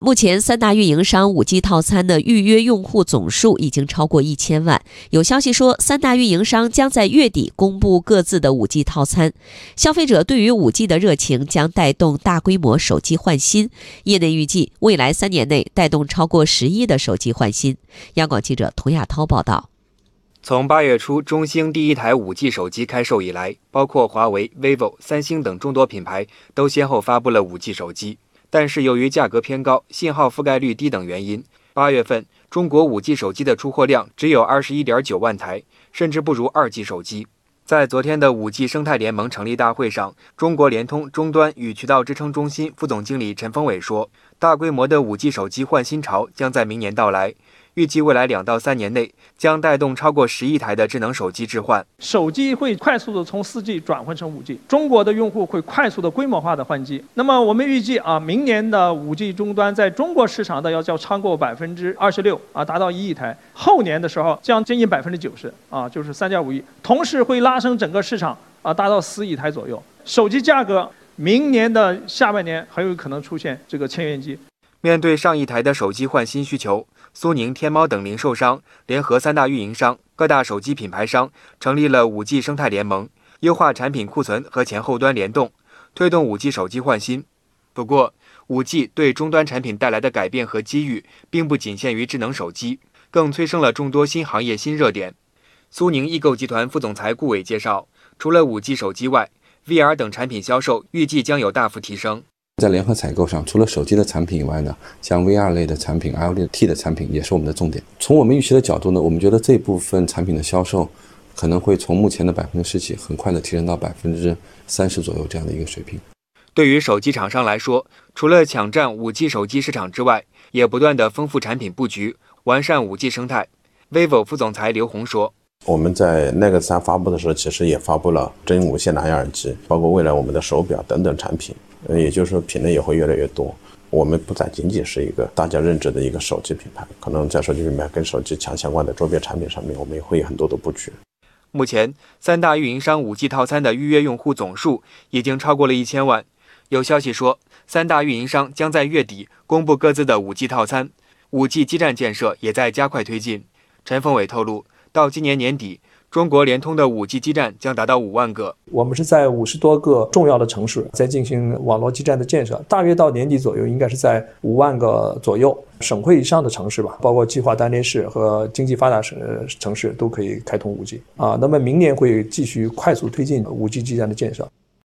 目前三大运营商 5G 套餐的预约用户总数已经超过1000万。有消息说，三大运营商将在月底公布各自的 5G 套餐。消费者对于 5G 的热情将带动大规模手机换新，业内预计未来3年内带动超过10亿的手机换新。央广记者童亚涛报道。 从8月初中兴第一台 5G 手机开售以来，包括华为、vivo、三星等众多品牌都先后发布了 5G 手机。但是由于价格偏高、信号覆盖率低等原因，8月份中国 5G 手机的出货量只有21.9万台，甚至不如2G 手机。在昨天的 5G 生态联盟成立大会上，中国联通终端与渠道支撑中心副总经理陈峰伟说，大规模的 5G 手机换新潮将在明年到来。预计未来2到3年内将带动超过10亿台的智能手机置换， 手机会快速的从4G 转换成5G， 中国的用户会快速的规模化的换机。那么我们预计明年的 5G 终端在中国市场的要超过26%达到1亿台，后年的时候将接近90%就是3.5亿，同时会拉升整个市场达到4亿台左右。手机价格明年的下半年很有可能出现这个千元机。 面对上亿台的手机换新需求，苏宁、天猫等零售商联合三大运营商、各大手机品牌商成立了 5G 生态联盟，优化产品库存和前后端联动，推动 5G 手机换新。不过 5G 对终端产品带来的改变和机遇并不仅限于智能手机，更催生了众多新行业新热点。苏宁易购集团副总裁顾伟介绍，除了 5G 手机外， VR 等产品销售预计将有大幅提升。 在联合采购上，除了手机的产品以外呢，像 VR 类的产品、IoT 的产品也是我们的重点。从我们预期的角度呢，我们觉得这部分产品的销售可能会从目前的17%很快的提升到30%左右这样的一个水平。 对于手机厂商来说，除了抢占 5G 手机市场之外，也不断的丰富产品布局，完善 5G 生态。vivo 副总裁刘红说， 我们在 Nex 3发布的时候，其实也发布了真无线蓝牙耳机，包括未来我们的手表等等产品。也就是说品类也会越来越多，我们不再仅仅是一个大家认知的一个手机品牌，可能在手机品牌跟手机强相关的周边产品上面，我们也会有很多的布局。 目前三大运营商 5G 套餐的预约用户总数已经超过了1000万。有消息说，三大运营商将在月底公布各自的 5G 套餐， 5G 基站建设也在加快推进。陈峰伟透露，到今年年底，中国联通的 5G 基站将达到5万个。 我们是在50多个重要的城市在进行网络基站的建设，大约到年底左右应该是在5万个左右。省会以上的城市吧，包括计划单列市和经济发达城市都可以开通 5G。那么明年会继续快速推进 5G 基站的建设。